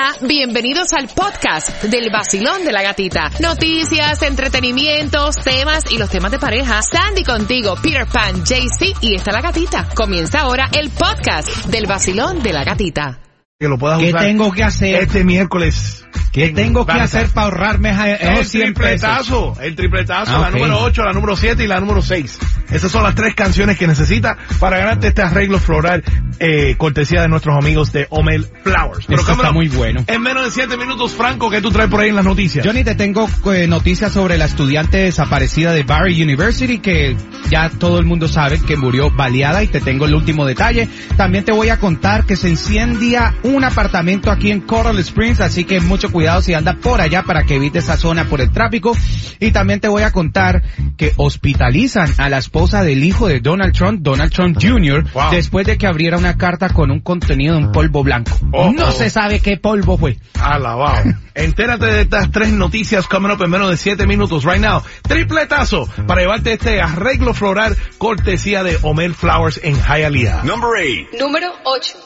Hola, bienvenidos al podcast del Vacilón de la Gatita. Noticias, entretenimientos, temas y los temas de pareja. Sandy contigo, Peter Pan, JC y está la gatita. Comienza ahora el podcast del Vacilón de la Gatita. Que lo puedas ¿Qué usar tengo que hacer? este miércoles. ¿Qué tengo que hacer para ahorrarme esos 100 pesos? El tripletazo, la Ok. número 8, la número 7 y la número 6. Esas son las 3 canciones que necesitas para ganarte este arreglo floral, cortesía de nuestros amigos de Omel Flowers. Esto está muy bueno. En menos de 7 minutos, Franco, ¿qué tú traes por ahí en las noticias? Johnny, te tengo noticias sobre la estudiante desaparecida de Barry University, que ya todo el mundo sabe que murió baleada, y te tengo el último detalle. También te voy a contar que se incendia un apartamento aquí en Coral Springs, así que mucho cuidado si anda por allá para que evite esa zona por el tráfico. Y también te voy a contar que hospitalizan a la esposa del hijo de Donald Trump Jr., Wow. después de que abriera una carta con un contenido de un polvo blanco. No se sabe qué polvo fue. Alabado. Entérate de estas 3 noticias coming up en menos de 7 minutos right now. Tripletazo para llevarte este arreglo floral cortesía de Omel Flowers en Hialeah. Number 8. Número 8.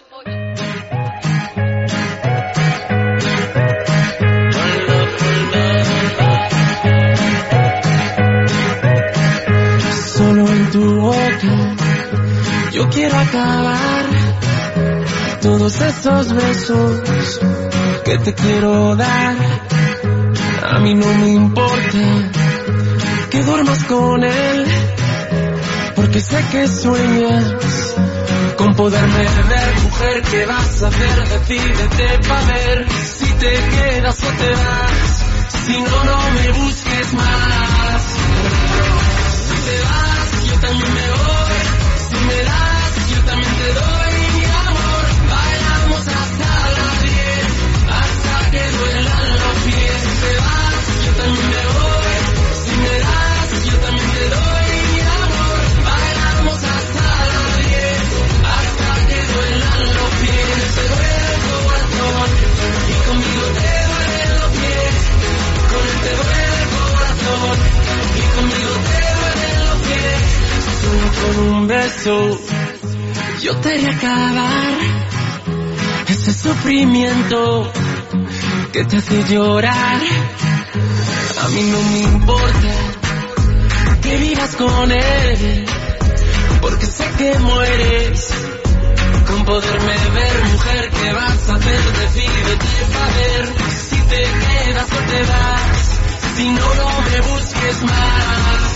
Solo en tu boca yo quiero acabar todos esos besos que te quiero dar. A mí no me importa que duermas con él, porque sé que sueñas con poderme ver. Mujer, ¿qué vas a hacer? Decídete pa' ver si te quedas o te vas. Si no, no me busques más. Si te vas, yo también me voy. Si me das, yo también te doy mi amor. Bailamos hasta las 10, hasta que duelan los pies. Si te vas, yo también me voy. Si me das, yo también te doy mi amor. Bailamos hasta las 10, hasta que duelan los pies. Te duele el corazón y conmigo te duelen los pies. Con él te duele el corazón y conmigo te duelen los pies. Solo con un beso yo te haré acabar ese sufrimiento que te hace llorar. A mí no me importa que vivas con él, porque sé que mueres con poderme ver. Mujer, ¿qué vas a hacer? Decídete pa' ver si te quedas o te vas. Si no, no me busques más.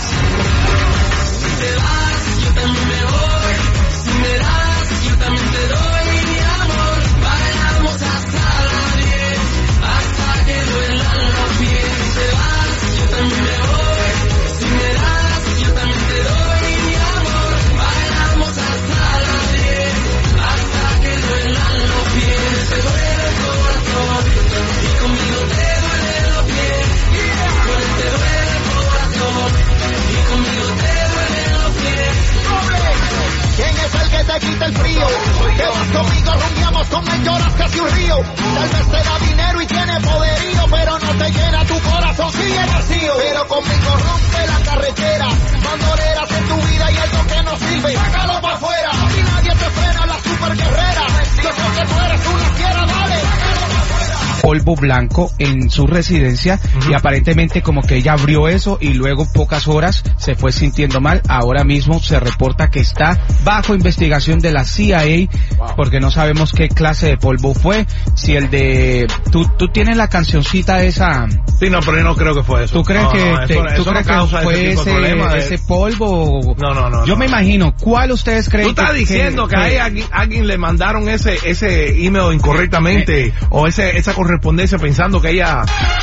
Si te vas, yo también me voy. Si me das, yo también te doy mi amor. Bailamos hasta las 10, hasta que duelan los pies. Si te vas, yo también me voy. Si me das, yo también te doy mi amor. Bailamos hasta las 10, hasta que duelan los pies. Te duele el corazón y conmigo te duelen los pies. Con él te duele el corazón y conmigo te duelen los pies. ¿Quién es el que te quita el frío? Te vas conmigo, rumbiamos con él, lloras casi un río. Tal vez te da dinero y tiene poderío, pero no te llena tu corazón, sigue vacío. Pero conmigo rompe la carretera, bandoleras en tu vida y algo que no sirve, sácalo para afuera. Y nadie te frena, la super guerrera. Yo sé que tú eres una fiera, dale, sácalo para afuera. Polvo blanco en su residencia, y aparentemente como que ella abrió eso y luego pocas horas se fue sintiendo mal. Ahora mismo se reporta que está bajo investigación de la CIA, porque no sabemos qué clase de polvo fue. Si el de... ¿Tú tienes la cancioncita esa? Sí, no, pero yo no creo que fue eso. ¿Tú crees que fue ese ese polvo? No. Yo me imagino. ¿Cuál ustedes creen? Tú estás diciendo que a alguien le mandaron ese email incorrectamente, o esa correspondencia pensando que ella...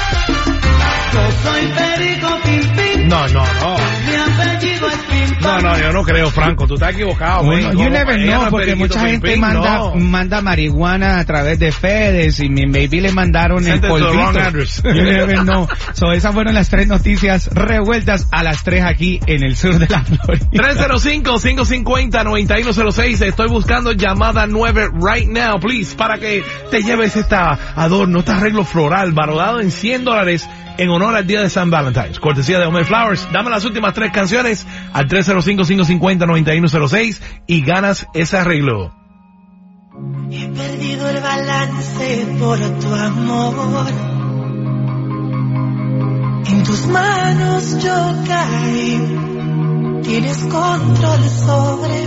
Yo soy Perico Pim Pim. No. Mi apellido es Pim Pam. No, yo no creo, Franco. Tú estás equivocado. Bueno, güey. you never Ella no know, es porque Periquito mucha Pim gente Pim, no. manda marihuana a través de FedEx y maybe le mandaron el Sent it to the wrong polvito. address. You never know. So, esas fueron las 3 noticias revueltas a las 3 aquí en el sur de la Florida. 305-550-9106. Estoy buscando llamada 9 right now, please, para que te lleves esta adorno, este arreglo floral valorado en $100 en honor al día de San Valentine's. Cortesía de Omel Flowers. Dame las últimas 3 canciones al 305-550-9106 y ganas ese arreglo. He perdido el balance por tu amor. En tus manos yo caí. Tienes control sobre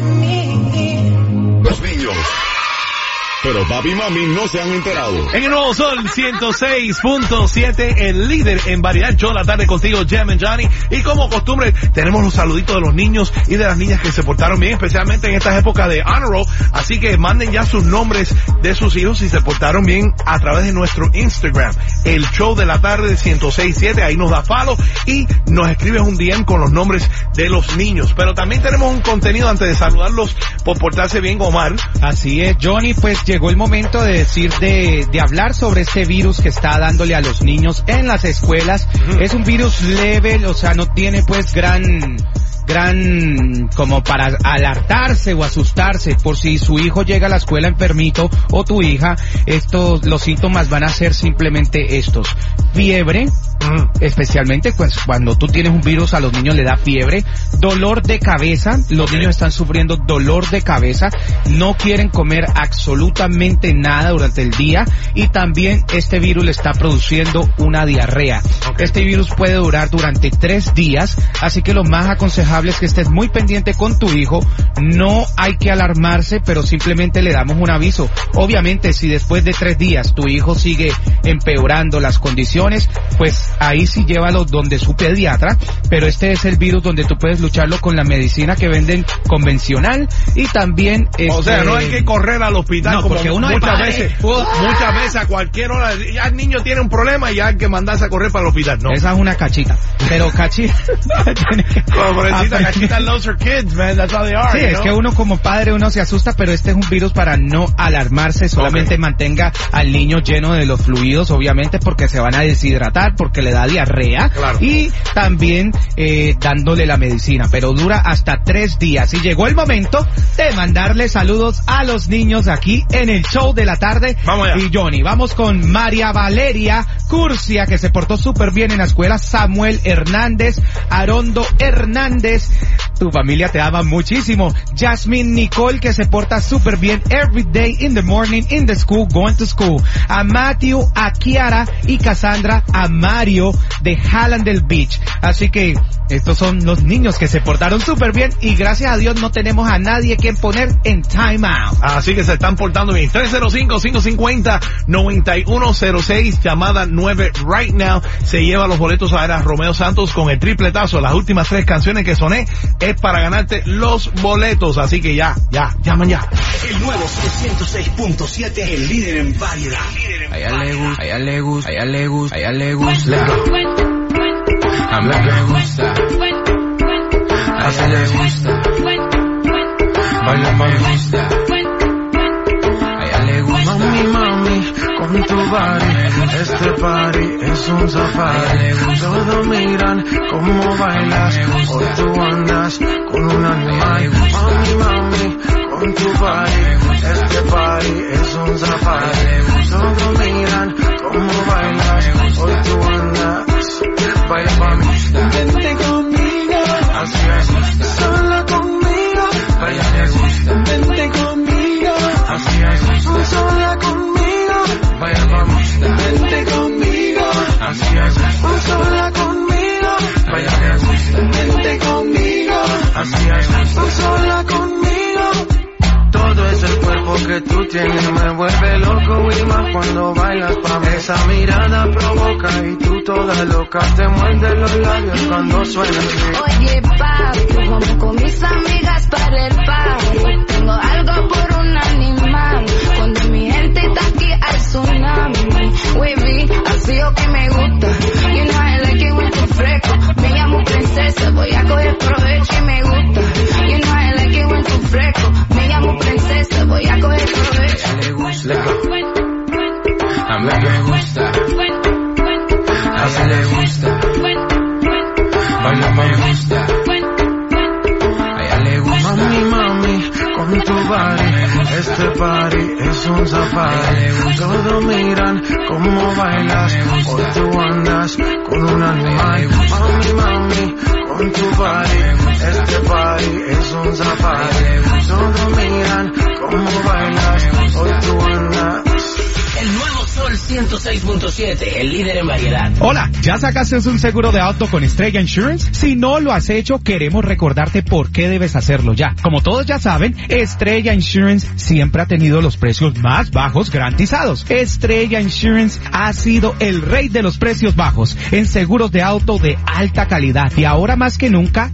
mí. Los niños. Pero papi y mami no se han enterado. En el Nuevo Sol 106.7, el líder en variedad. Yo la tarde contigo, Jam and Johnny. Y como costumbre, tenemos los saluditos de los niños y de las niñas que se portaron bien, especialmente en estas épocas de Honor Roll. Así que manden ya sus nombres de sus hijos si se portaron bien a través de nuestro Instagram. El show de la tarde de 106.7, ahí nos da follow y nos escribes un DM con los nombres de los niños. Pero también tenemos un contenido antes de saludarlos por portarse bien, Omar. Así es, Johnny, pues llegó el momento de decir, de hablar sobre este virus que está dándole a los niños en las escuelas. Es un virus leve, o sea, no tiene pues gran como para alartarse o asustarse por si su hijo llega a la escuela enfermito o tu hija. Los síntomas van a ser simplemente estos: fiebre, especialmente pues cuando tú tienes un virus, a los niños le da fiebre, dolor de cabeza, los niños están sufriendo dolor de cabeza, no quieren comer absolutamente nada durante el día, y también este virus le está produciendo una diarrea. Este virus puede durar durante 3 días, así que lo más aconsejable es que estés muy pendiente con tu hijo. No hay que alarmarse, pero simplemente le damos un aviso. Obviamente, si después de 3 días tu hijo sigue empeorando las condiciones, pues ahí sí llévalo donde su pediatra, pero este es el virus donde tú puedes lucharlo con la medicina que venden convencional y también o sea, no hay que correr al hospital, no, como porque uno muchas veces a cualquier hora ya el niño tiene un problema y ya hay que mandarse a correr para el hospital. No, esa es una cachita, pero cachita cachita loves her kids, man, that's how they are. Sí, es que uno como padre uno se asusta, pero este es un virus para no alarmarse, solamente mantenga al niño lleno de los fluidos, obviamente, porque se van a deshidratar, porque le da diarrea, claro. Y también dándole la medicina, pero dura hasta 3 días. Y llegó el momento de mandarle saludos a los niños aquí en el show de la tarde. Vamos allá. Y Johnny, vamos con María Valeria Curcia, que se portó súper bien en la escuela, Samuel Hernández, Arondo Hernández, tu familia te ama muchísimo, Jasmine Nicole, que se porta súper bien, every day in the morning in the school, going to school, a Matthew, a Kiara y Cassandra, a Mario de Hallandale Beach. Así que estos son los niños que se portaron súper bien y gracias a Dios no tenemos a nadie que poner en time out. Así que se están portando bien. 305-550-9106, llamada 9 right now. Se lleva los boletos a ver a Romeo Santos con el tripletazo. Las últimas 3 canciones que soné es para ganarte los boletos. Así que llaman ya. El nuevo 106.7, el líder en variedad. A ella le gusta, a ella le gusta, a ella le gusta, a ella le gusta. A mí me gusta, a ella le gusta. Baila me gusta, a ella le gusta. Mami, con tu body, este party es un safari. Todos miran cómo bailas, hoy tú andas con un animal. Mami, con tu body, este party es un safari. Todos miran cómo bailas, hoy tú andas. Baila pa' mí, vente conmigo, así es, sola conmigo. Baila me gusta, vente conmigo, así es, sola conmigo. Baila pa' mí, vente conmigo, así es, sola conmigo. Baila me gusta, vente conmigo, así es, sola conmigo. Todo es el cuerpo que tú tienes, me vuelve loco y más cuando bailas pa' mí. Esa mirada provoca y tú toda loca te muerdes los labios cuando suena el beat. Oye papi, vamos con mis amigas para el party. Tengo algo por un animal. Cuando mi gente está aquí al tsunami. Wavy, así o que me gusta. You know I like it when tú fresco. Me llamo princesa, voy a coger provecho y me gusta. You know I like it when tú fresco. Me llamo princesa, voy a coger provecho. A ella le gusta, a mí me gusta. A ella le gusta, baila me gusta. A ella le gusta. Mami, con tu body, Este party es un safari. Todos miran cómo bailas. Hoy tú andas con un animal. Mami, mami, con tu party. Este party es un safari. Todos miran cómo bailas. Hoy tú andas. El nuevo Sol 106.7, el líder en variedad. Hola, ¿ya sacaste un seguro de auto con Estrella Insurance? Si no lo has hecho, queremos recordarte por qué debes hacerlo ya. Como todos ya saben, Estrella Insurance siempre ha tenido los precios más bajos garantizados. Estrella Insurance ha sido el rey de los precios bajos en seguros de auto de alta calidad. Y ahora más que nunca...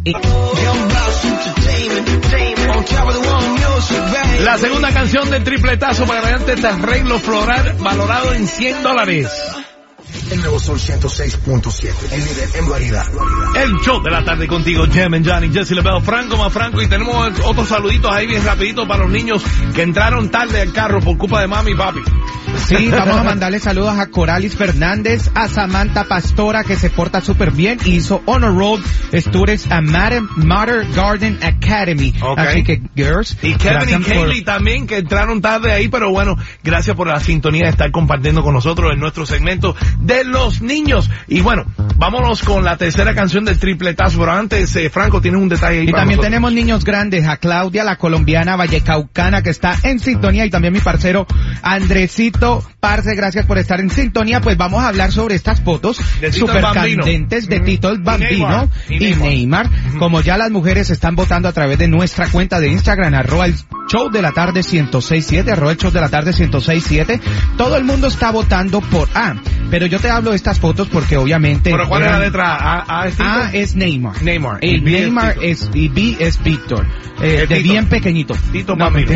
La segunda canción del tripletazo para ganarte este arreglo floral valorado en $100. El nuevo Sol 106.7, el líder en variedad. El show de la tarde contigo, Jem and Johnny, Jesse LaBelle, Franco más Franco, y tenemos otros saluditos ahí bien rapidito para los niños que entraron tarde al carro por culpa de mami y papi. Sí, vamos a mandarle saludos a Coralis Fernández, a Samantha Pastora, que se porta súper bien y hizo Honor Roll Students a Matter Garden Academy. Okay. Así que, girls, y Kevin y Kaylee también, que entraron tarde ahí, pero bueno, gracias por la sintonía de estar compartiendo con nosotros en nuestro segmento de los niños. Y bueno, vámonos con la tercera canción del tripletazo, pero antes, Franco, tienes un detalle ahí. Y para también nosotros. Tenemos niños grandes, a Claudia, la colombiana vallecaucana, que está en sintonía, y también mi parcero Andresito. Parce, gracias por estar en sintonía. Pues vamos a hablar sobre estas fotos super candentes de Tito el Bambino y Neymar. Como ya las mujeres están votando a través de nuestra cuenta de Instagram, @el show de la tarde 1067, @el show de la tarde 1067. Todo el mundo está votando por A. Pero yo te hablo de estas fotos porque obviamente... ¿Pero cuál es la letra? A es Neymar. Neymar. Y Neymar es, y B es Víctor. De Tito. bien pequeñito. Tito Bambino.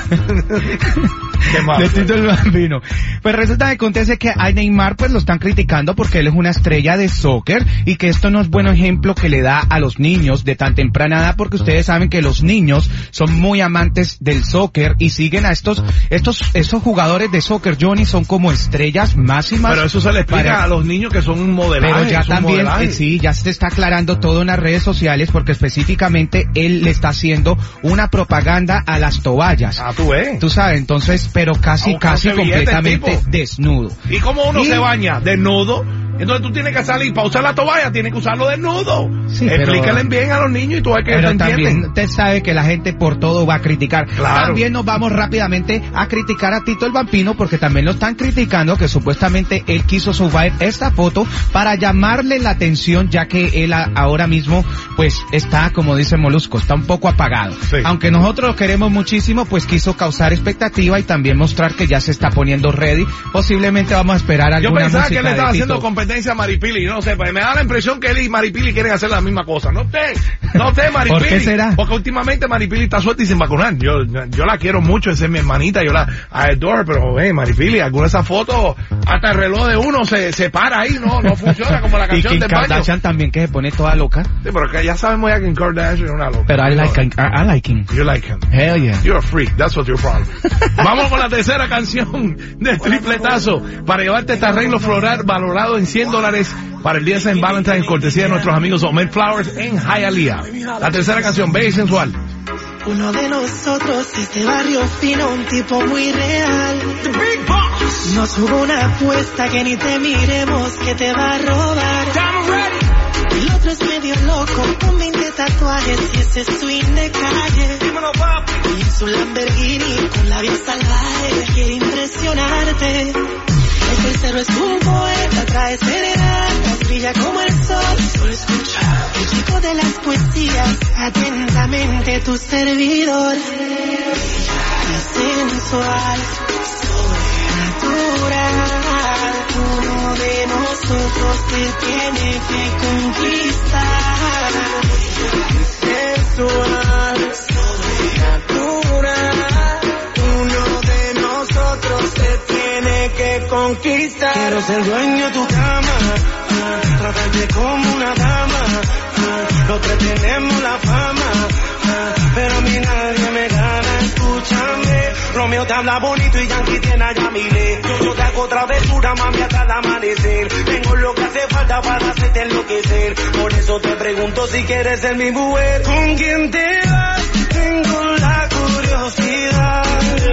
Qué mal. De Tito el Bambino. Pues resulta que acontece que a Neymar pues lo están criticando porque él es una estrella de soccer y que esto no es buen ejemplo que le da a los niños de tan temprana edad, porque ustedes saben que los niños son muy amantes del soccer y siguen a estos jugadores de soccer, Johnny, son como estrellas máximas. Pero eso se le explica a los niños que son un modelaje. Pero ya también, sí, ya se está aclarando todo en las redes sociales porque específicamente él le está haciendo una propaganda a las toallas. Ah, tú ves. Tú sabes, entonces, pero casi completamente desnudo. ¿Y cómo uno se baña? Desnudo. Entonces tú tienes que salir, para usar la toalla, tienes que usarlo desnudo. Sí, explícale bien a los niños y tú ves que pero te también entienden. Usted sabe que la gente por todo va a criticar. Claro. También nos vamos rápidamente a criticar a Tito el Bambino porque también lo están criticando que supuestamente él quiso subir esta foto para llamarle la atención, ya que él ahora mismo pues está, como dice Molusco, está un poco apagado. Sí. Aunque nosotros lo queremos muchísimo, pues quiso causar expectativa y también mostrar que ya se está poniendo ready. Posiblemente vamos a esperar alguna música. Yo pensaba que él estaba de haciendo competencia a Maripili, no sé, pues me da la impresión que él y Maripili quieren hacer la misma cosa. No sé, Maripili. ¿Por qué será? Porque últimamente Maripili está suelta y sin vacunar. Yo la quiero mucho, esa es mi hermanita, yo la adoro, pero Maripili, alguna de esas fotos, hasta el reloj de uno se para ahí, no funciona como la canción del baño. Y Kim Kardashian también, que se pone toda loca. Sí, pero que ya sabemos ya que Kim Kardashian es una loca. Pero I like him. You like him. Hell yeah. You're a freak, that's what your problem. Vamos con la tercera canción del tripletazo para llevarte este arreglo floral valorado en $100 para el día de San Valentín, cortesía de nuestros amigos Omer Flowers en Hialeah. La tercera canción, bella y sensual. Uno de nosotros es de barrio fino, un tipo muy real. The Big Boss. Nos jugó una apuesta que ni te miremos, que te va a robar. El otro es medio loco, con 20 tatuajes y ese swing de calle. Dímelo, papi. Y en su Lamborghini con la vida salvaje quiere impresionarte. El tercero es un poeta, trae serenatas, brilla como el sol. Solo escucha el chico de las poesías, atentamente tu servidor. Es sensual, sobrenatural. Uno de nosotros te tiene que conquistar. Es sensual, sobrenatural. Uno de nosotros te tiene que conquistar. Quiero ser dueño de tu cama, tratarte como una dama. Los tres tenemos la fama, pero a mí nadie me gana. Escúchame, Romeo te habla bonito y Yankee tiene a Yamile. Yo te hago travesura, mami, hasta el amanecer. Tengo lo que hace falta para hacerte enloquecer. Por eso te pregunto si quieres ser mi mujer. ¿Con quién te vas? Tengo la curiosidad.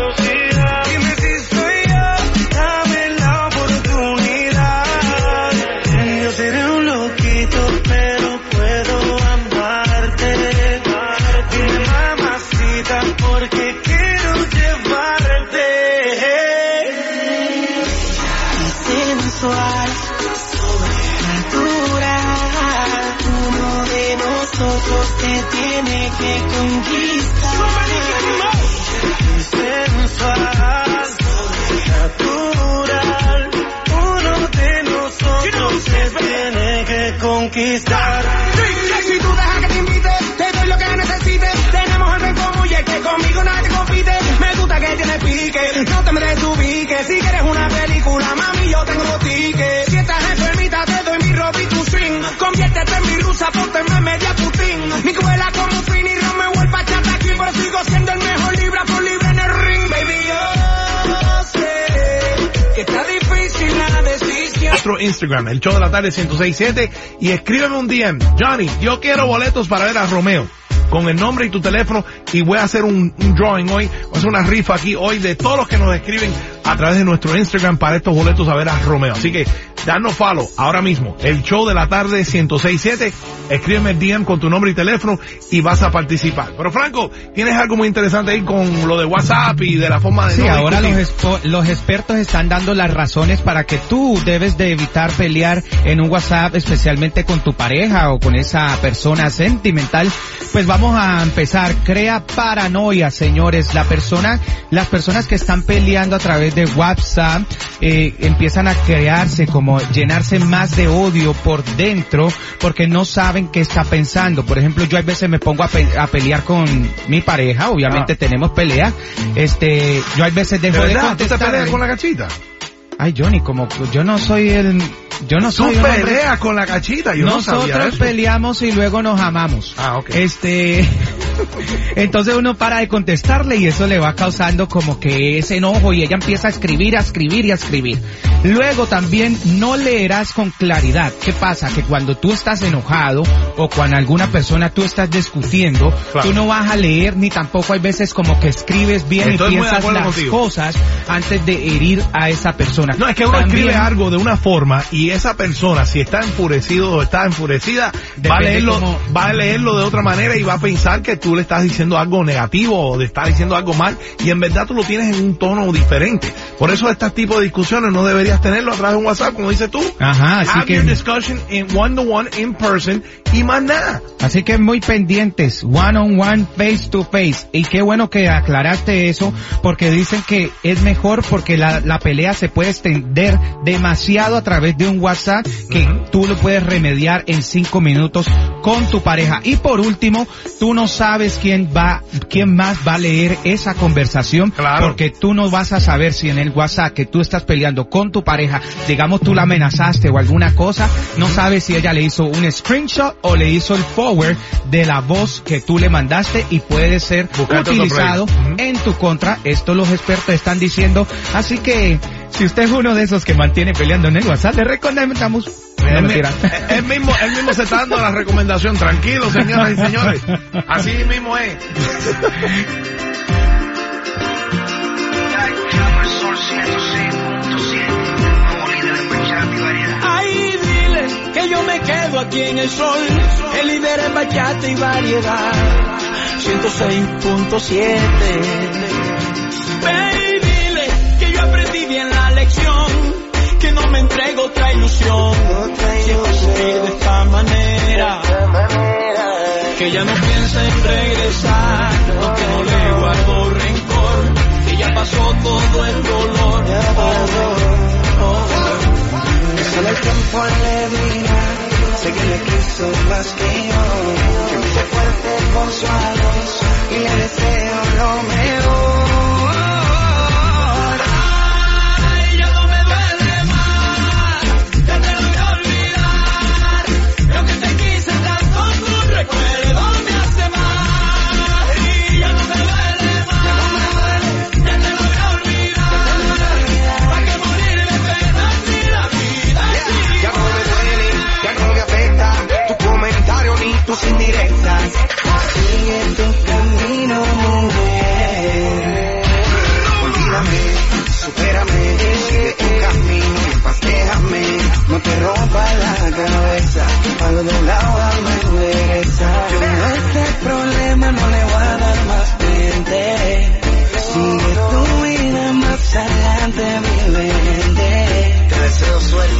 sensual, sobrenatural. Uno de nosotros te tiene que conquistar. Sensual, sobrenatural. Uno de nosotros te tiene que conquistar. Si tú dejas que te invite, te doy lo que necesites. Tenemos algo en común y es que conmigo nadie compite. Me gusta que tienes pique, no te me desubiques. Si quieres una película, mami, yo tengo tickets. Si estás enfermita, te doy mi Robbie to swing. Conviértete en mi rusa, ponte en media Putin. Mi cuela como Fini, Romeo, el bachata aquí, pero sigo siendo el mejor libra por libre en el ring, baby. Yo sé que está difícil la decisión. Nuestro Instagram, el show de la tarde 106.7, y escríbeme un DM. Johnny, yo quiero boletos para ver a Romeo, con el nombre y tu teléfono, y voy a hacer un drawing hoy, voy a hacer una rifa aquí hoy de todos los que nos escriben a través de nuestro Instagram para estos boletos a ver a Romeo. Así que danos follow ahora mismo, el show de la tarde 106.7, escríbeme el DM con tu nombre y teléfono y vas a participar. Pero Franco, tienes algo muy interesante ahí con lo de WhatsApp y de la forma de... Sí, no ahora discutir. los expertos están dando las razones para que tú debes de evitar pelear en un WhatsApp, especialmente con tu pareja o con esa persona sentimental. Pues vamos a empezar. Crea paranoia, señores. Las personas que están peleando a través de WhatsApp empiezan a crearse, como llenarse más de odio por dentro, porque no saben qué está pensando. Por ejemplo, yo a veces me pongo a pelear con mi pareja, obviamente tenemos pelea. Yo a veces dejo de contestarle. ¿Tú te peleas con la cachita? Ay, Johnny, como yo no soy Tú peleas con la cachita, yo no sabía eso. Nosotros peleamos y luego nos amamos. Ah, ok. Entonces uno para de contestarle y eso le va causando como que ese enojo y ella empieza a escribir. Luego también no leerás con claridad. ¿Qué pasa? Que cuando tú estás enojado o con alguna persona tú estás discutiendo, claro, tú no vas a leer ni tampoco hay veces como que escribes bien. Entonces, y piensas las cosas antes de herir a esa persona. No, es que uno escribe algo de una forma y esa persona, si está enfurecido o está enfurecida, va a leerlo de otra manera y va a pensar que tú le estás diciendo algo negativo o le estás diciendo algo mal, y en verdad tú lo tienes en un tono diferente. Por eso este tipo de discusiones no deberías tenerlo a través de un WhatsApp, como dices tú. Ajá, así que... Have your discussion in one-to-one, in person, y más nada. Así que muy pendientes, one-on-one, face-to-face. Y qué bueno que aclaraste eso, porque dicen que es mejor porque la pelea se puede extender demasiado a través de un WhatsApp, que tú lo puedes remediar en 5 minutos con tu pareja. Y por último, tú no sabes quién más va a leer esa conversación, claro, porque tú no vas a saber si en el WhatsApp que tú estás peleando con tu pareja, digamos tú la amenazaste o alguna cosa, no sabes si ella le hizo un screenshot o le hizo el forward de la voz que tú le mandaste y puede ser utilizado en tu contra. Esto los expertos están diciendo. Así que si usted es uno de esos que mantiene peleando en el WhatsApp, le recomendamos. Él mismo se está dando la recomendación. Tranquilo, señoras y señores. Así mismo es. Ay, dile que yo me quedo aquí en el sol, el líder en bachata y variedad. 106.7. Baby, dile que yo aprendí bien la lección, que no me entrego otra ilusión. Siempre sufrir de esta manera, que ya no piensa en regresar, aunque no le guardo rencor, que ya pasó todo el dolor. Solo el tiempo le dirá, sé que le quiso más que yo, que me hice fuerte con su adiós y le deseo lo mejor. Tus indirectas, sigue tu camino, mujer. Olvídame, supérame, sigue tu camino y en paz déjame. No te rompa la cabeza, algo de un lado algo endereza. Yo a este problema no le voy a dar más frente. Sigue tu vida más adelante, mi vente. Te deseo suerte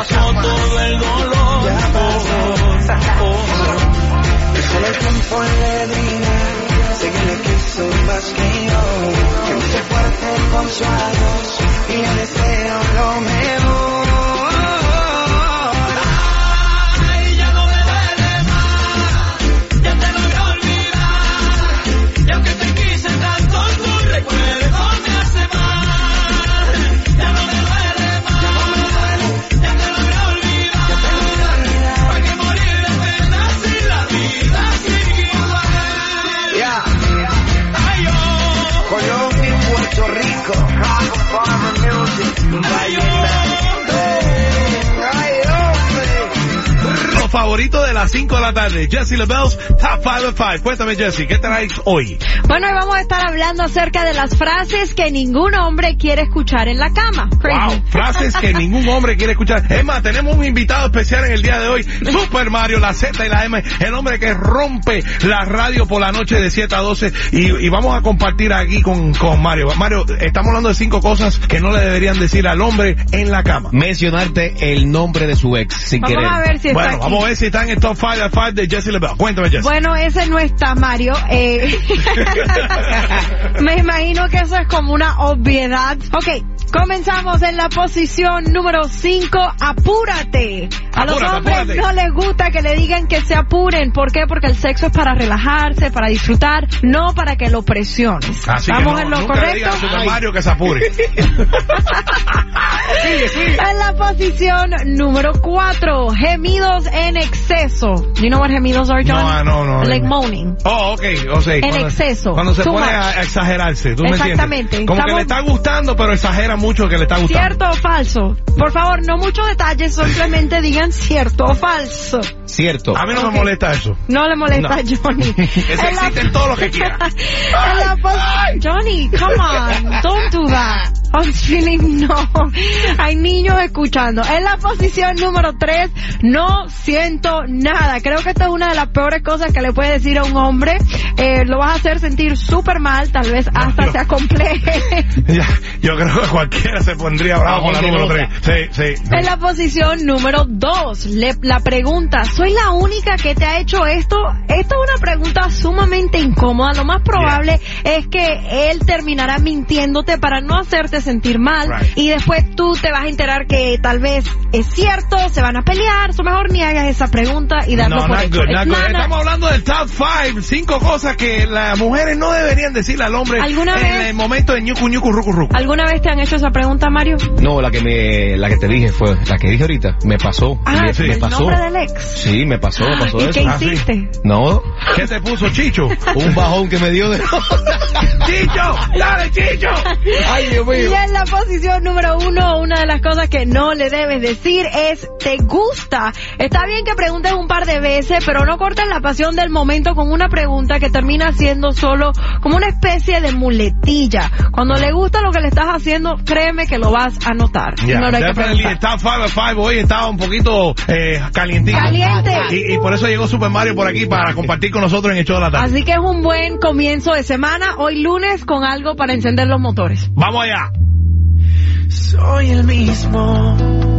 pasó todo el dolor. Ya pasó. Solo el tiempo le dirá, sé que le quiso más que yo, que me hice fuerte con su adiós y le deseo lo mejor. Ay, ya no me duele más, ya te logré olvidar, y aunque te quise tanto, tu recuerdo me hace mal. Ya no me duele más, ya te logré olvidar, ¿para qué morir de pena si la vida sigue igual? Yeah. Ay, yo, Colombia y Puerto Rico, ay, yo. Los favoritos de las 5 de la tarde. Jessie LaBelle's Top 5 at 5. Cuéntame, Jessie, ¿qué traes hoy? Bueno, hoy vamos a estar hablando acerca de las frases que ningún hombre quiere escuchar en la cama. Crazy. Wow, frases que ningún hombre quiere escuchar. Es más, tenemos un invitado especial en el día de hoy. Super Mario, la Z y la M. El hombre que rompe la radio por la noche de 7 a 12. Y vamos a compartir aquí con Mario. Mario, estamos hablando de 5 cosas que no le deberían decir al hombre en la cama. Mencionarte el nombre de su ex sin querer. Vamos a ver si está Bueno, aquí. vamos a ver si está en el Top 5 at 5 de Jessie LaBelle. Cuéntame, Jessie. Bueno, ese no está, Mario. Me imagino que eso es como una obviedad. Ok, comenzamos en la posición número 5. Apúrate. A los Apúrate, hombres apúrate. no les gusta que le digan que se apuren. ¿Por qué? Porque el sexo es para relajarse, para disfrutar, no para que lo presiones. Así ¿Estamos que en lo nunca le digan correcto? a Super Mario que se apure. En la posición número 4, gemidos en exceso. You know what gemidos are, John? No. Like moaning. Oh, ok, o sea, En exceso. Cuando se Too pone much. a exagerarse, ¿tú me entiendes? Exactamente. Como que le está gustando, pero exagera mucho que le está gustando. ¿Cierto o falso? Por favor, no muchos detalles, simplemente digan cierto o falso. Cierto. A mí no Ok. me molesta eso. No le molesta No. a Johnny. Eso existe en todo lo que quiera. Johnny, come on, don't do that. On streaming, no. Hay niños escuchando. En la posición número 3, no siento nada. Creo que esta es una de las peores cosas que le puede decir a un hombre. Lo vas a hacer sentir súper mal, tal vez hasta se acompleje. Ya, yo creo que cualquiera se pondría bravo con la número 3. Sí. En la posición número 2, la pregunta, ¿soy la única que te ha hecho esto? Esta es una pregunta sumamente incómoda. Lo más probable es que él terminará mintiéndote para no hacerte sentir mal. Right. Y después tú te vas a enterar que tal vez es cierto, se van a pelear. O mejor ni hagas esa pregunta y darlo No, por not hecho. good, not good. Nada. Estamos hablando del top 5, 5 cosas que las mujeres no deberían decirle al hombre ¿Alguna en vez? el momento de ñucu, ñucu, rucu, rucu. ¿Alguna vez te han hecho esa pregunta, Mario? No, la que te dije fue, la que dije ahorita, me pasó. me el pasó. nombre del ex. Sí, me pasó ¿Y eso. qué hiciste? No, ¿Qué te puso, Chicho? un bajón que me dio de... ¡Chicho! ¡Dale, Chicho! Ay, Dios Y mío. en la posición número 1, una de las cosas que no le debes decir es ¿te gusta? Está bien que preguntes un par de veces, pero no cortes la pasión del momento con una pregunta que termina siendo solo como una especie de muletilla. Cuando le gusta lo que le estás haciendo, créeme que lo vas a notar. Yeah, No lo hay que definitely. preguntar. El top 5 at 5 hoy estaba un poquito calientito. Caliente. Y por eso llegó Super Mario por aquí para compartir con nosotros en el show de la tarde. Así que es un buen comienzo de semana, hoy lunes, con algo para encender los motores. Vamos allá. Soy el mismo,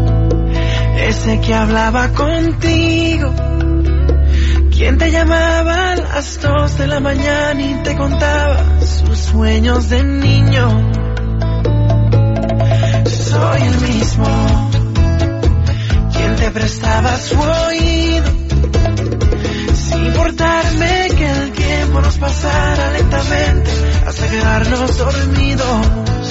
ese que hablaba contigo, quien te llamaba a las 2 de la mañana y te contaba sus sueños de niño. Soy el mismo, quien te prestaba su oído, sin importarme que el tiempo nos pasara lentamente hasta quedarnos dormidos.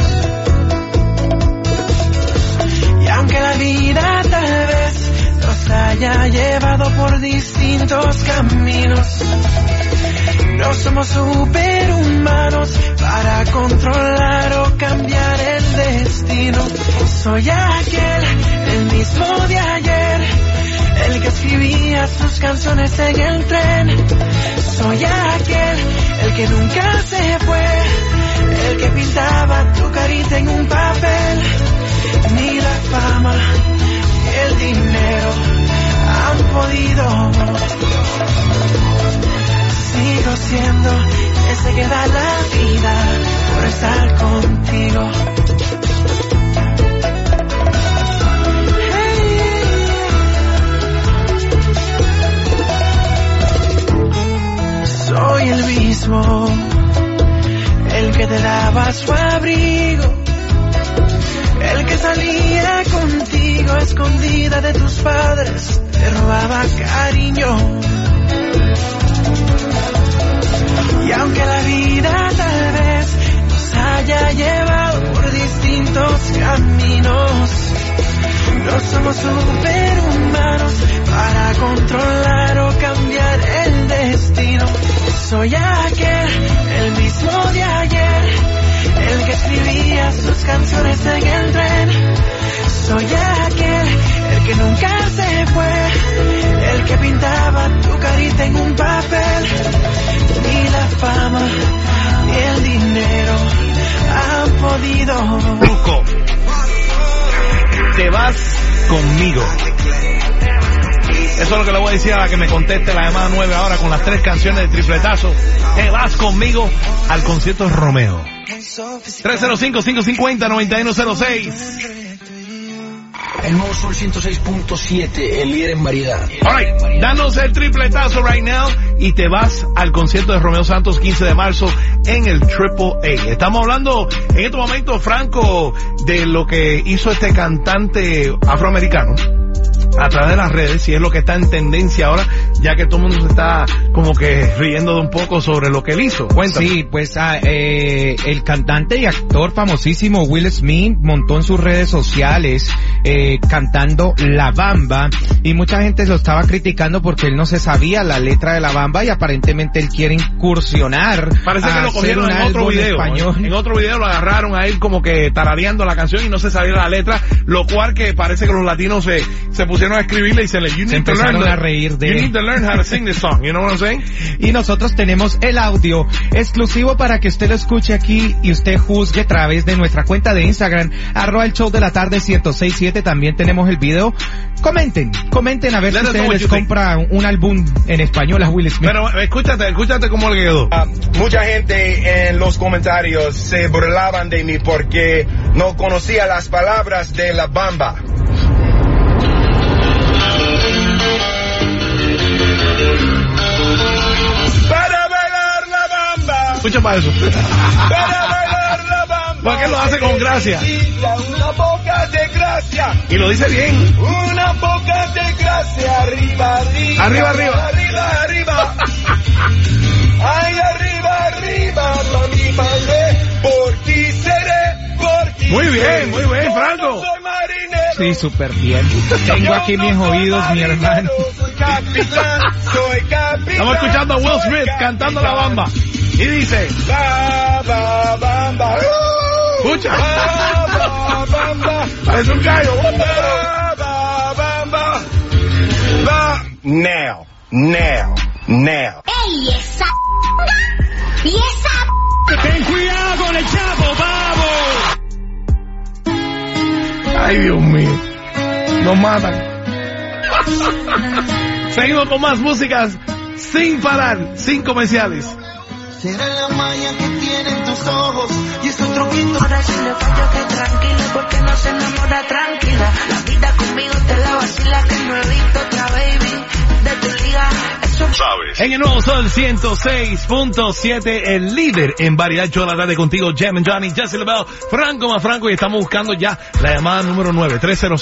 Y aunque la vida tal vez nos haya llevado por distintos caminos, no somos superhumanos para controlar o cambiar el destino. Soy aquel, el mismo de ayer, el que escribía sus canciones en el tren. Soy aquel, el que nunca se fue, el que pintaba tu carita en un papel. Ni la fama, ni el dinero han podido. Sigo siendo ese que da la vida por estar contigo. Hey. te daba su abrigo, el que salía contigo escondida de tus padres, te robaba cariño. Y aunque la vida tal vez nos haya llevado por distintos caminos, no somos superhumanos para controlar o cambiar el destino. Soy aquel, el mismo de ayer, el que escribía sus canciones en el tren. Soy aquel, el que nunca se fue, el que pintaba tu carita en un papel. Ni la fama, ni el dinero han podido. Brusco, te vas conmigo. Eso es lo que le voy a decir a la que me conteste la llamada 9 ahora con las 3 canciones de tripletazo. Te vas conmigo al concierto de Romeo. 305-550-9106. El nuevo Sol 106.7, el líder en variedad. Alright, danos el tripletazo right now y te vas al concierto de Romeo Santos 15 de marzo en el AAA. Estamos hablando en este momento, Franco, de lo que hizo este cantante afroamericano a través de las redes, y es lo que está en tendencia ahora, ya que todo el mundo se está como que riendo de un poco sobre lo que él hizo. Cuéntame. Sí, pues el cantante y actor famosísimo Will Smith montó en sus redes sociales cantando La Bamba, y mucha gente lo estaba criticando porque él no se sabía la letra de La Bamba y aparentemente él quiere incursionar. Parece que lo cogieron en otro video. En otro video lo agarraron a él como que tarareando la canción y no se sabía la letra, lo cual que parece que los latinos se pusieron a escribirle y se empezaron a reír de You need to learn how to sing this song, you know what I'm saying? Y nosotros tenemos el audio exclusivo para que usted lo escuche aquí y usted juzgue a través de nuestra cuenta de Instagram, @el show de la tarde 1067. También tenemos el video. Comenten a ver si ustedes les compra un álbum en español a Will Smith. Pero escúchate cómo le quedó. Mucha gente en los comentarios se burlaban de mí porque no conocía las palabras de La Bamba. Para bailar la bamba. Escucha para eso. Para bailar la bamba. Porque lo hace con gracia. Una poca de gracia. Y lo dice bien. Una poca de gracia. Arriba, arriba. Arriba, arriba. Arriba, arriba. Ay, arriba, arriba. Mami, mami. Por ti seré. Por ti. Muy bien, Franco. Soy marinero. Sí, súper bien. Tengo aquí mis oídos, mi hermano. Soy capitán. Estamos escuchando a Will Smith cantando La Bamba. Y dice: Bamba, bamba. Escucha. Bamba, bamba. Es un gallo. Bamba, bamba. Now. ¡Ey, esa! ¡Y esa! ¡Ten cuidado con el chapo, babo! Ay, Dios mío. Nos matan. Seguimos con más músicas sin parar, sin comerciales. Será la magia que tienen tus ojos y es un truquito. Ahora si le fallo que tranquila, porque no se enamora tranquila. La vida conmigo te la vacila, que no he visto otra baby de tu liga. Eso sabes. En el nuevo Sol 106.7, el líder en variedad, yo la tarde contigo, Jam and Johnny, Jesse LaBelle, Franco más Franco, y estamos buscando ya la llamada número 9,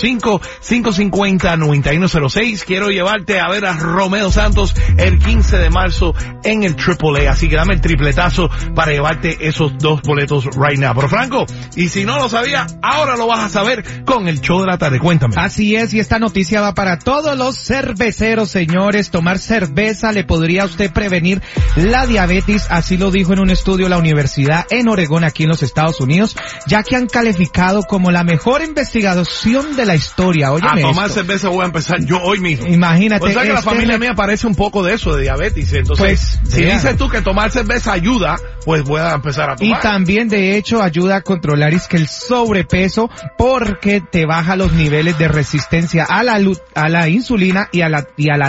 305-550-9106. Quiero llevarte a ver a Romeo Santos el 15 de marzo en el AAA, así que dame el tripletazo para llevarte esos 2 boletos right now. Pero Franco, y si no lo sabía, ahora lo vas a saber con el show de la tarde. Cuéntame. Así es, y esta noticia va para todos los cerveceros, señores. Tomar cerveza le podría a usted prevenir la diabetes, así lo dijo en un estudio la Universidad en Oregón, aquí en los Estados Unidos, ya que han calificado como la mejor investigación de la historia. Óyeme, a tomar cerveza voy a empezar yo hoy mismo. Imagínate. O sea que la familia mía parece un poco de eso, de diabetes. Entonces, pues, si dices tú que tomar cerveza ayuda, pues voy a empezar a tomar. Y también, de hecho, ayuda a controlar es que el sobrepeso, porque te baja los niveles de resistencia a la insulina y a la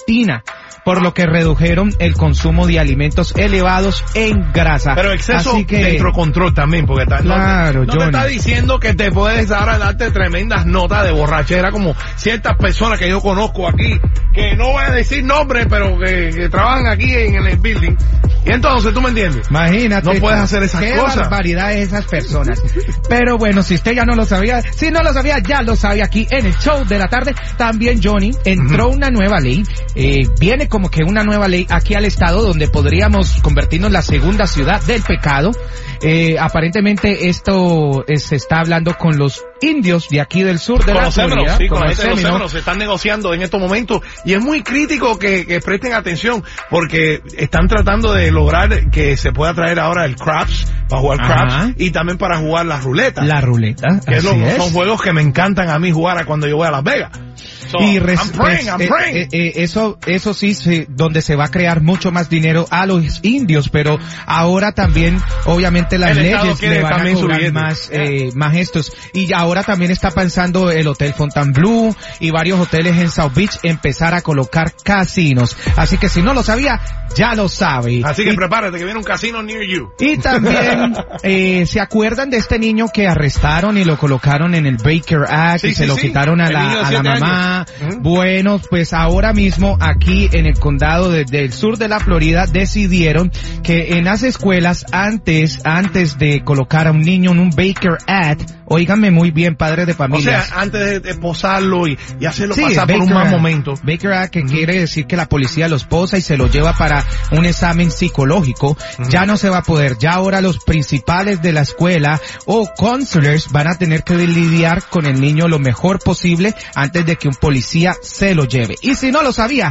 rutina, por lo que redujeron el consumo de alimentos elevados en grasa. Pero exceso Así que, dentro control también, porque claro, no te está diciendo que te puedes ahora darte tremendas notas de borrachera como ciertas personas que yo conozco aquí, que no voy a decir nombres, pero que trabajan aquí en el building. Y entonces, ¿tú me entiendes? Imagínate. No puedes hacer esas cosas. Qué barbaridad de esas personas. Pero bueno, si usted ya no lo sabía, si no lo sabía, ya lo sabe aquí en el show de la tarde. También, Johnny, entró una nueva ley, viene como que una nueva ley aquí al estado donde podríamos convertirnos en la segunda ciudad del pecado. Aparentemente esto se está hablando con los indios de aquí del sur de la Florida. Sí, con la gente de los Seminoles se están negociando en estos momentos y es muy crítico que presten atención porque están tratando de lograr que se pueda traer ahora el craps para jugar craps y también para jugar la ruleta. La ruleta, que son juegos que me encantan a mí jugar cuando yo voy a Las Vegas. So, I'm praying. Eso sí, donde se va a crear mucho más dinero a los indios, pero ahora también, obviamente, las leyes le van a cobrar más estos. Y ahora también está pensando el Hotel Fontainebleau y varios hoteles en South Beach empezar a colocar casinos. Así que si no lo sabía, ya lo sabe. Así que prepárate que viene un casino near you. Y también, ¿se acuerdan de este niño que arrestaron y lo colocaron en el Baker Act y se lo quitaron a la mamá? Bueno, pues ahora mismo aquí en el condado del sur de la Florida decidieron que en las escuelas antes de colocar a un niño en un Baker Act, óiganme muy bien, padres de familia. O sea, antes de posarlo y hacerlo pasar por un mal momento. Baker Act, que quiere decir que la policía lo esposa y se lo lleva para un examen psicológico, ya no se va a poder. Ya ahora los principales de la escuela o counselors van a tener que lidiar con el niño lo mejor posible antes de que un policía se lo lleve. Y si no lo sabía,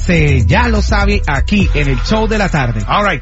ya lo sabe aquí en el show de la tarde. All right,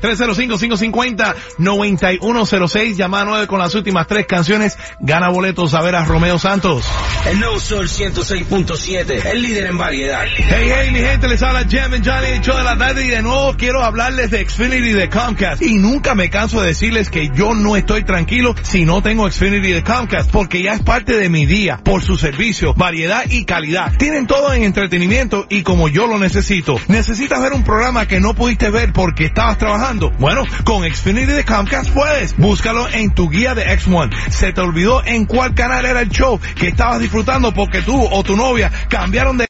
305-550-9106, llamada 9 con las últimas 3 canciones, gana boletos a ver a Romeo Santos. El nuevo Sol 106.7, el líder en variedad. Hey, mi gente, les habla Jam and Johnny, el show de la tarde, y de nuevo quiero hablarles de Xfinity de Comcast. Y nunca me canso de decirles que yo no estoy tranquilo si no tengo Xfinity de Comcast, porque ya es parte de mi día, por su servicio, variedad y calidad. Tienen todo en entretenimiento y como yo lo necesito. ¿Necesitas ver un programa que no pudiste ver porque estabas trabajando? Bueno, con Xfinity de Comcast puedes. Búscalo en tu guía de X1. ¿Se te olvidó en cuál canal era el show que estabas disfrutando porque tú o tu novia cambiaron de